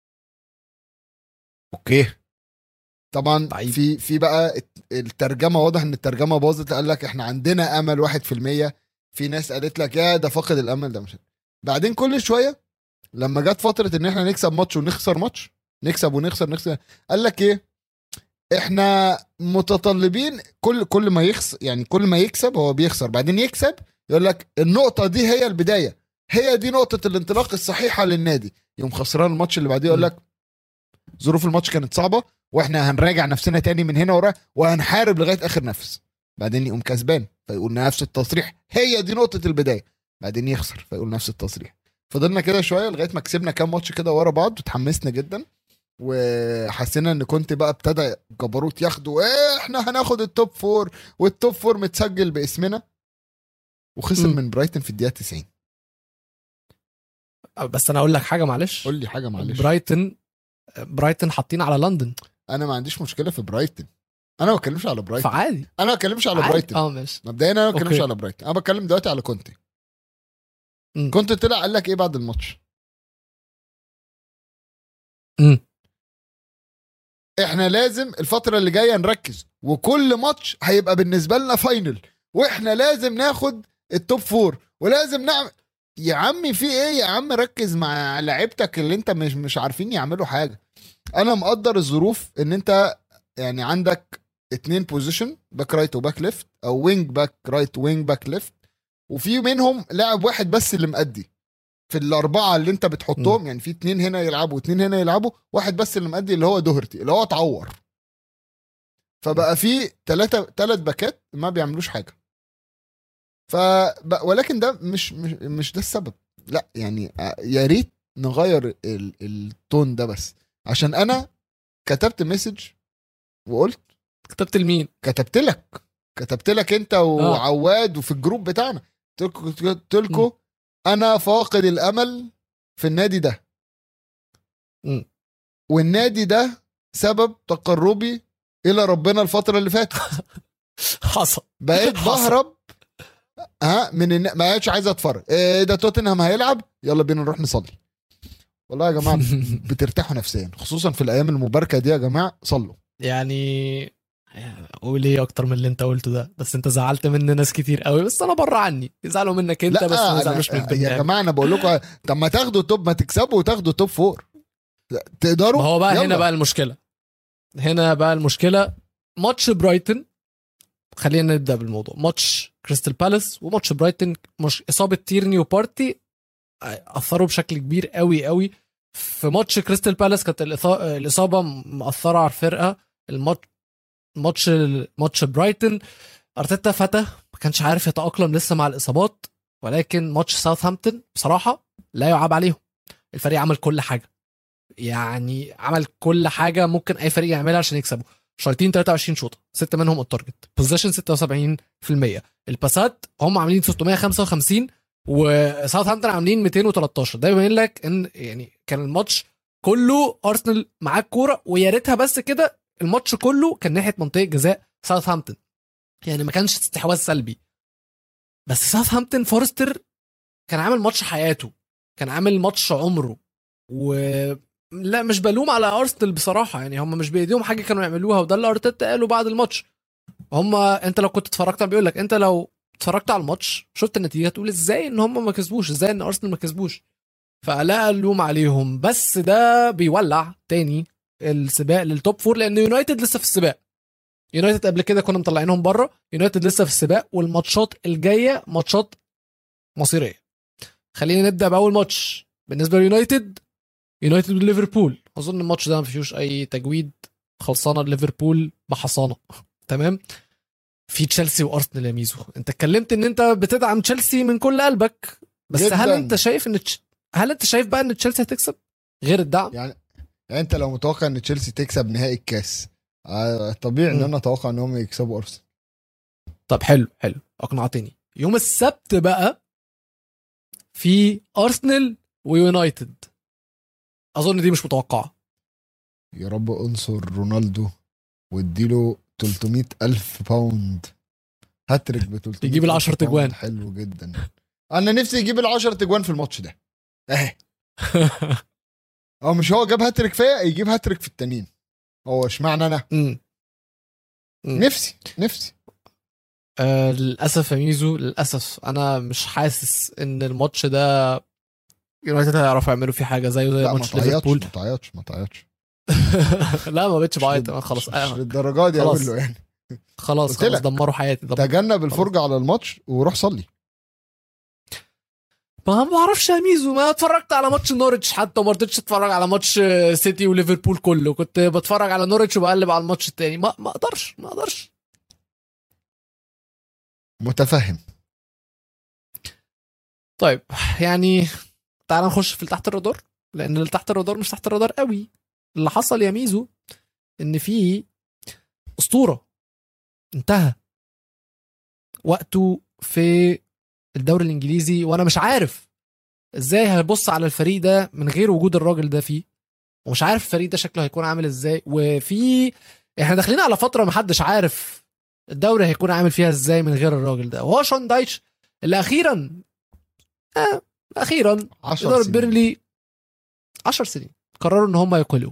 اوكي طبعا طيب. في في بقى الترجمه، واضح ان الترجمه باظت. قال لك احنا عندنا امل واحد في المية، في ناس قالت لك يا ده فقد الامل ده مش. بعدين كل شويه لما جت فتره ان احنا نكسب ماتش ونخسر ماتش، نكسب ونخسر نخسر، قال لك ايه احنا متطلبين كل كل ما يخسر، يعني كل ما يكسب هو بيخسر بعدين يكسب، يقول لك النقطه دي هي البدايه، هي دي نقطه الانطلاق الصحيحه للنادي. يوم خسران الماتش اللي بعديه يقول لك ظروف الماتش كانت صعبه واحنا هنراجع نفسنا تاني من هنا ورا وهنحارب لغايه اخر نفس. بعدين يقوم كسبان فيقول نفس التصريح هي دي نقطه البدايه، بعدين يخسر فيقول نفس التصريح. فضلنا كده شويه لغايه ما كسبنا كام ماتش كده ورا بعض وتحمسنا جدا وحسينا ان كنت بقى ابتدى جبروت ياخدوا ايه احنا هناخد التوب فور والتوب فور متسجل باسمنا، وخسر م. من برايتن في الدقيقه تسعين. بس انا اقول لك حاجه معلش، قول لي حاجه معلش. برايتن برايتن حاطين على لندن. انا ما عنديش مشكله في برايتن، انا ما بتكلمش على برايتن، فعادي انا ما بتكلمش على عادي. برايتن اه ماشي مبدئيا، انا ما بتكلمش أوكي. على برايتن، انا بتكلم دلوقتي على كونتي. م. كنت طلع قال لك ايه بعد الماتش؟ م. احنا لازم الفتره اللي جايه نركز وكل ماتش هيبقى بالنسبه لنا فاينل واحنا لازم ناخد التوب فور ولازم نعمل. يا عمي في ايه يا عم؟ ركز مع لعيبتك اللي انت مش مش عارفين يعملوا حاجه. انا مقدر الظروف ان انت يعني عندك اتنين بوزيشن، باك رايت وباك ليفت، او وينج باك رايت وينج باك ليفت، وفي منهم لاعب واحد بس اللي مأدي في الاربعه اللي انت بتحطهم. م. يعني في اتنين هنا يلعبوا واتنين هنا يلعبوا، واحد بس اللي مأدي اللي هو دوهرتي اللي هو اتعور. فبقى في ثلاثه ثلاث باكات ما بيعملوش حاجه. ف ولكن ده مش مش مش ده السبب، لا يعني يا ريت نغير ال... التون ده. بس عشان انا كتبت مسج وقلت كتبت لمين؟ كتبت لك كتبت لك انت وعواد وفي الجروب بتاعنا، قلت لكم انا فاقد الامل في النادي ده م. والنادي والنادي ده سبب تقربي الى ربنا الفتره اللي فاتت. حصل بقيت بهرب ها من الن... ما بقتش عايز اتفرج. ايه ده توتنهام هيلعب، يلا بينا نروح نصلي. والله يا جماعه بترتاحوا نفسيا خصوصا في الايام المباركه دي. يا جماعه صلوا. يعني قول ايه اكتر من اللي انت قلته ده؟ بس انت زعلت مني ناس كتير قوي، بس انا بره عني يزعلوا منك انت، بس ما يزعلوش من يا جماعه انا بقول لكم طب ما تاخدوا توب، ما تكسبوا وتاخدوا توب فور تقدروا. ما هو بقى يلا. هنا بقى المشكله هنا بقى المشكله ماتش برايتن. خلينا نبدا بالموضوع. ماتش كريستال بالاس وماتش برايتن، مش اصابه تيرني وبارتي اثروا بشكل كبير قوي قوي. في ماتش كريستال بالاس كانت الاصابه مأثره على الفرقه. الماتش ماتش ماتش برايتن ارتيتا فتى ما كانش عارف يتأقلم لسه مع الاصابات. ولكن ماتش ساوثهامبتون بصراحه لا يعاب عليهم، الفريق عمل كل حاجه، يعني عمل كل حاجه ممكن اي فريق يعملها عشان يكسبوا. شايطين ثلاثة وعشرين شوطه، ستة منهم التارجت، بوزيشن ستة وسبعين بالمية، الباسات هم عاملين ستمية وخمسة وخمسين وساوثهامبتون عاملين ميتين وتلتاشر. ده يبين لك ان يعني كان الماتش كله ارسنال معاه الكوره، ويا ريتها بس كده الماتش كله كان ناحيه منطقه جزاء ساوثهامبتون، يعني ما كانش استحواذ سلبي. بس ساوثهامبتون فورستر كان عامل ماتش حياته، كان عامل ماتش عمره. و لا مش بلوم على ارسنال بصراحه، يعني هم مش بايديهم حاجه كانوا يعملوها، وده اللي ارتيتا قاله بعد الماتش. هم انت لو كنت اتفرجت بيقول لك انت لو اتفرجت على الماتش شفت النتيجه تقول ازاي ان هم ما كسبوش، ازاي ان ارسنال ما كسبوش. فلا اللوم عليهم، بس ده بيولع تاني السباق للتوب فور، لان يونايتد لسه في السباق. يونايتد قبل كده كنا مطلعينهم بره، يونايتد لسه في السباق، والماتشات الجايه ماتشات مصيريه. خلينا نبدا باول ماتش بالنسبه ليونايتد، يونايتد وليفربول. اظن الماتش ده ما فيهوش اي تجويد، خلصانه ليفربول بحصانه. تمام. في تشيلسي وارسنال يا ميزو، انت اتكلمت ان انت بتدعم تشيلسي من كل قلبك، بس جداً. هل انت شايف ان تش... هل انت شايف بقى ان تشيلسي هتكسب غير الدعم؟ يعني يعني انت لو متوقع ان تشيلسي تكسب نهائي الكاس، آه طبيعي ان م. انا اتوقع ان هم يكسبوا ارسنال. طب حلو حلو، اقنعتني. يوم السبت بقى في ارسنال ويونايتد، اظن دي مش متوقعه. يا رب انصر رونالدو واديله ثلاثمية ألف باوند، هاتريك ب ثلاثمية يجيب العشر ألف باوند. تجوان. حلو جدا. انا نفسي يجيب العشر تجوان في الماتش ده اهي. او مش هو جاب هاتريك فيا، يجيب هاتريك في التانيين. هو اشمعنى انا م. م. نفسي نفسي آه للاسف يا ميزو، للاسف انا مش حاسس ان الماتش ده يونايتد هيعرفوا يعملوا فيه حاجه زيه زي لا ما ماتش تعيطش ليفربول. ما تعيطش ما تعيطش. لا ما بقتش مش بعيط لد- خلاص. مش, مش آه للدرجه دي خلاص. اقول له يعني. خلاص قلت خلاص لك دمروا حياتي دمر. تجنب الفرجه على الماتش وروح صلي. ما بعرفش يا ميزو، ما اتفرجت على ماتش نوريتش حتى، وما رضيتش اتفرج على ماتش سيتي وليفربول كله، كنت بتفرج على نوريتش وبقلب على الماتش التاني. ما ما اقدرش ما اقدرش. متفهم. طيب يعني تعال نخش في تحت الرادار، لان اللي تحت الرادار مش تحت الرادار قوي. اللي حصل يا ميزو ان في اسطوره انتهى وقته في الدوري الانجليزي، وانا مش عارف ازاي هبص على الفريق ده من غير وجود الراجل ده فيه، ومش عارف الفريق ده شكله هيكون عامل ازاي. وفي احنا داخلين على فتره محدش عارف الدوري هيكون عامل فيها ازاي من غير الراجل ده، وهو شون دايتش اللي اخيرا آه اخيرا اداره بيرنلي عشر سنين قرروا ان هم يقلوا.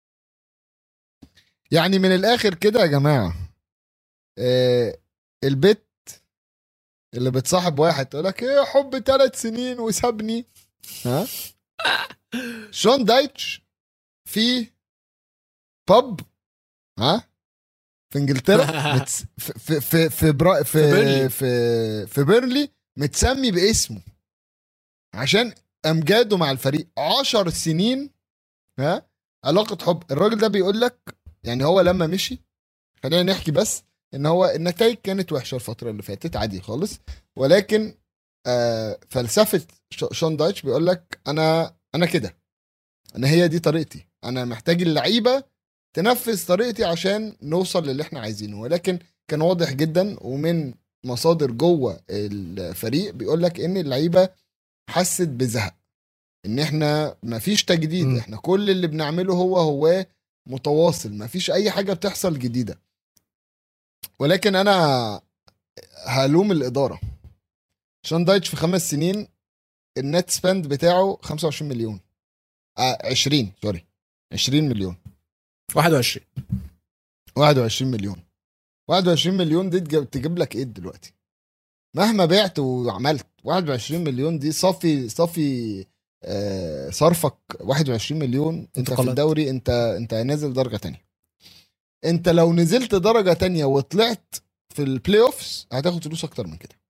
يعني من الاخر كده يا جماعه، آه البيت اللي بتصاحب واحد تقول لك ايه حب ثلاث سنين وسابني، ها؟ شون دايتش في باب، ها، في انجلترا متس... في في في في, برا... في, في في في بيرلي متسمي باسمه عشان امجاده مع الفريق عشر سنين، ها؟ علاقه حب. الراجل ده بيقول لك يعني هو لما مشي، خلينا نحكي بس ان هو النتائج كانت وحشه الفتره اللي فاتت عادي خالص، ولكن آه فلسفه شون دايتش بيقول لك انا انا كده، انا هي دي طريقتي، انا محتاج اللعيبه تنفذ طريقتي عشان نوصل للي احنا عايزينه. ولكن كان واضح جدا ومن مصادر جوه الفريق بيقول لك ان اللعيبه حست بزهق، ان احنا مفيش تجديد، م. احنا كل اللي بنعمله هو هو متواصل، مفيش اي حاجه بتحصل جديده. ولكن انا هلوم الاداره. شون دايتش في خمس سنين النت سبند بتاعه خمسة وعشرين مليون، آه عشرين سوري عشرين مليون، واحد وعشرين واحد وعشرين مليون. واحد وعشرين مليون دي تجيب, تجيب لك ايه دلوقتي مهما بعت وعملت؟ واحد وعشرين مليون دي صافي صافي آه صرفك واحد وعشرين مليون. انت في الدوري انت انت نازل درجه تانية. انت لو نزلت درجه تانية وطلعت في البلاي اوفس هتاخد فلوس اكتر من كده.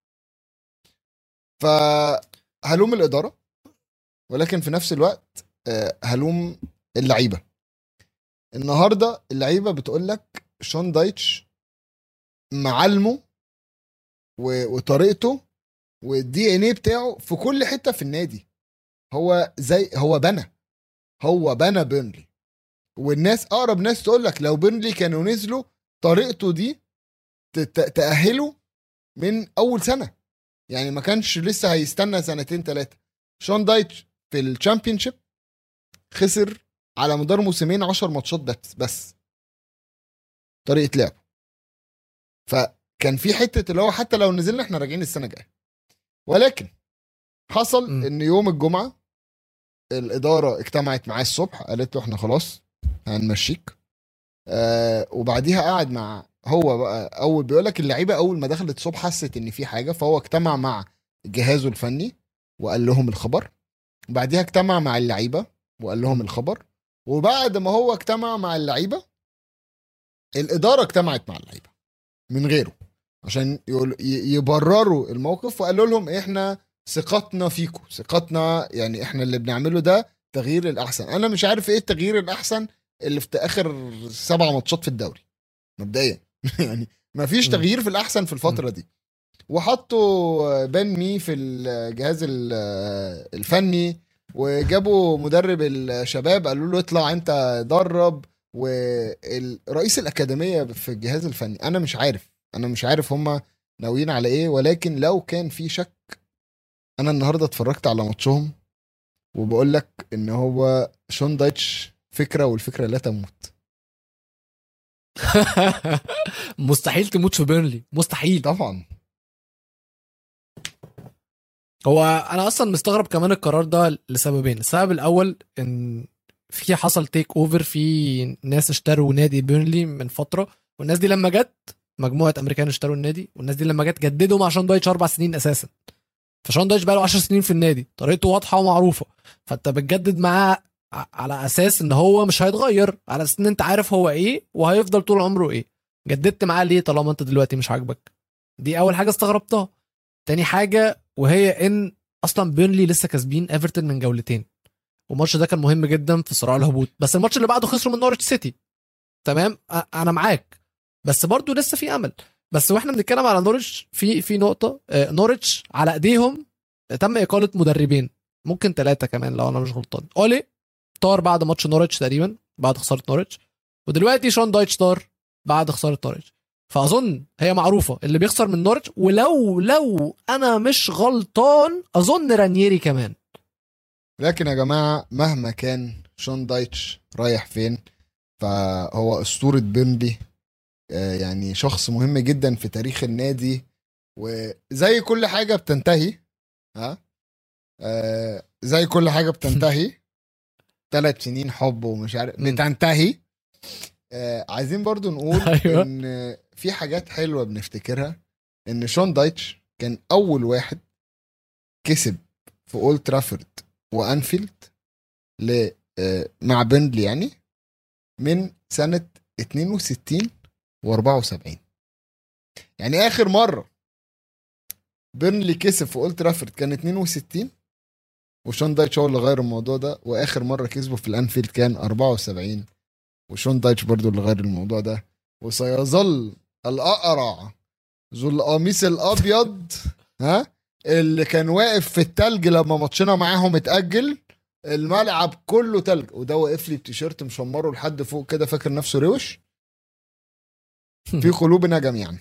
فهلوم الاداره، ولكن في نفس الوقت هلوم اللعيبه. النهارده اللعيبه بتقول لك شون دايتش معلمه وطريقته والدي ان ايه بتاعه في كل حته في النادي. هو زي هو بنى هو بنى بيرنلي، والناس اقرب ناس تقول لك لو بيرنلي كانوا نزلوا طريقته دي تأهله من اول سنه، يعني ما كانش لسه هيستنى سنتين ثلاثه. شون دايتش في الشامبيونشيب خسر على مدار موسمين عشر ماتشات بس بس طريقه لعب. فكان في حته اللي هو حتى لو نزلنا احنا راجعين السنه الجايه. ولكن حصل م. ان يوم الجمعه الاداره اجتمعت معاه الصبح، قالت له احنا خلاص هنمشيك. آه وبعديها قاعد مع هو بقى اول بيقول لك اللعيبه اول ما دخلت الصبح حست ان في حاجه، فهو اجتمع مع جهازه الفني وقال لهم الخبر. وبعديها اجتمع مع اللعيبه وقال لهم الخبر. وبعد ما هو اجتمع مع اللعيبه الاداره اجتمعت مع اللعيبه من غيره عشان يقول يبرروا الموقف، وقالوا لهم احنا ثقتنا فيكم، ثقتنا يعني احنا اللي بنعمله ده تغيير الاحسن. انا مش عارف ايه التغيير الاحسن اللي في اخر سبع ماتشات في الدوري مبدئيا يعني ما فيش تغيير في الاحسن في الفتره دي. وحطوا بن مي في الجهاز الفني، وجابوا مدرب الشباب قالوا له اطلع انت درب، والرئيس الاكاديميه في الجهاز الفني. انا مش عارف انا مش عارف هم ناويين على ايه، ولكن لو كان في شك انا النهارده اتفرجت على ماتشهم وبقول لك ان هو شون دايتش فكره، والفكره لا تموت. مستحيل تموت في بيرنلي، مستحيل طبعا. هو انا اصلا مستغرب كمان القرار ده لسببين. السبب الاول ان في حصل تيك اوفر، في ناس اشتروا نادي بيرنلي من فتره، والناس دي لما جت مجموعه امريكان اشتروا النادي، والناس دي لما جت جددوا مع شون دايتش اربع سنين اساسا. فشون دايتش بقى له عشر سنين في النادي، طريقته واضحه ومعروفه، فانت بتجدد معاه على اساس ان هو مش هيتغير، على اساس ان انت عارف هو ايه وهيفضل طول عمره ايه. جددت معاه ليه طالما انت دلوقتي مش عاجبك؟ دي اول حاجه استغربتها. تاني حاجه وهي ان اصلا بيرنلي لسه كاسبين ايفرتون من جولتين، والماتش ده كان مهم جدا في صراع الهبوط، بس الماتش اللي بعده خسروا من نورتش سيتي. تمام انا معاك، بس برضو لسه في امل. بس واحنا بنتكلم على نورتش في في نقطه، نورتش على ايديهم تم اقاله مدربين، ممكن ثلاثه كمان لو انا مش غلطان. اولي طار بعد ماتش نورتش تقريبا، بعد خساره نورتش، ودلوقتي شون دايتش طار بعد خساره نورتش. فاظن هي معروفه اللي بيخسر من نورتش، ولو لو انا مش غلطان اظن رانييري كمان. لكن يا جماعه مهما كان شون دايتش رايح فين، فهو اسطوره بيرنلي، يعني شخص مهم جدا في تاريخ النادي، وزي كل حاجه بتنتهي ها آه زي كل حاجه بتنتهي ثلاث سنين حب ومش عارف بتنتهي. آه عايزين برضو نقول أيوة. ان في حاجات حلوه بنفتكرها، ان شون دايتش كان اول واحد كسب في اولد ترافورد وانفيلد ل آه مع بيرنلي، يعني من سنه اتنين وستين واربعة وسبعين. يعني اخر مره بيرنلي كسب في اولد ترافورد كان اتنين وستين، وشون دايتش هو اللي غير الموضوع ده، واخر مره كسبه في الانفيلد كان اربعة وسبعين، وشون دايتش برضو اللي غير الموضوع ده. وسيظل الاقرع ذو القميص الابيض ها اللي كان واقف في التلج لما ماتشنا معاهم اتاجل، الملعب كله تلج، وده واقف لي بتيشيرت مشمره لحد فوق كده فاكر نفسه روش في قلوبنا جميعا.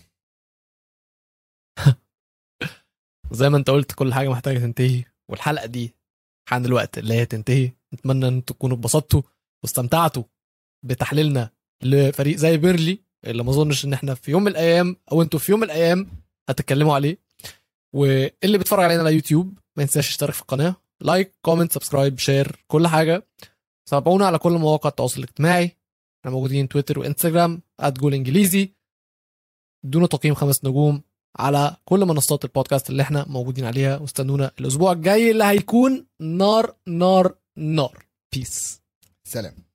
زي ما انت قلت كل حاجه محتاجه تنتهي، والحلقه دي حان الوقت اللي هي تنتهي. نتمنى ان تكونوا اتبسطتوا واستمتعتوا بتحليلنا لفريق زي بيرنلي، اللي ما اظنش ان احنا في يوم من الايام او انتوا في يوم من الايام هتتكلموا عليه. واللي بيتفرج علينا على يوتيوب ما ينساش يشترك في القناه، لايك كومنت سبسكرايب شير كل حاجه. تابعونا على كل مواقع التواصل الاجتماعي، احنا موجودين تويتر وانستجرام @جول انجليزي. ادونا تقييم خمس نجوم على كل منصات البودكاست اللي احنا موجودين عليها، واستنونا الاسبوع الجاي اللي هيكون نار نار نار. بيس. سلام.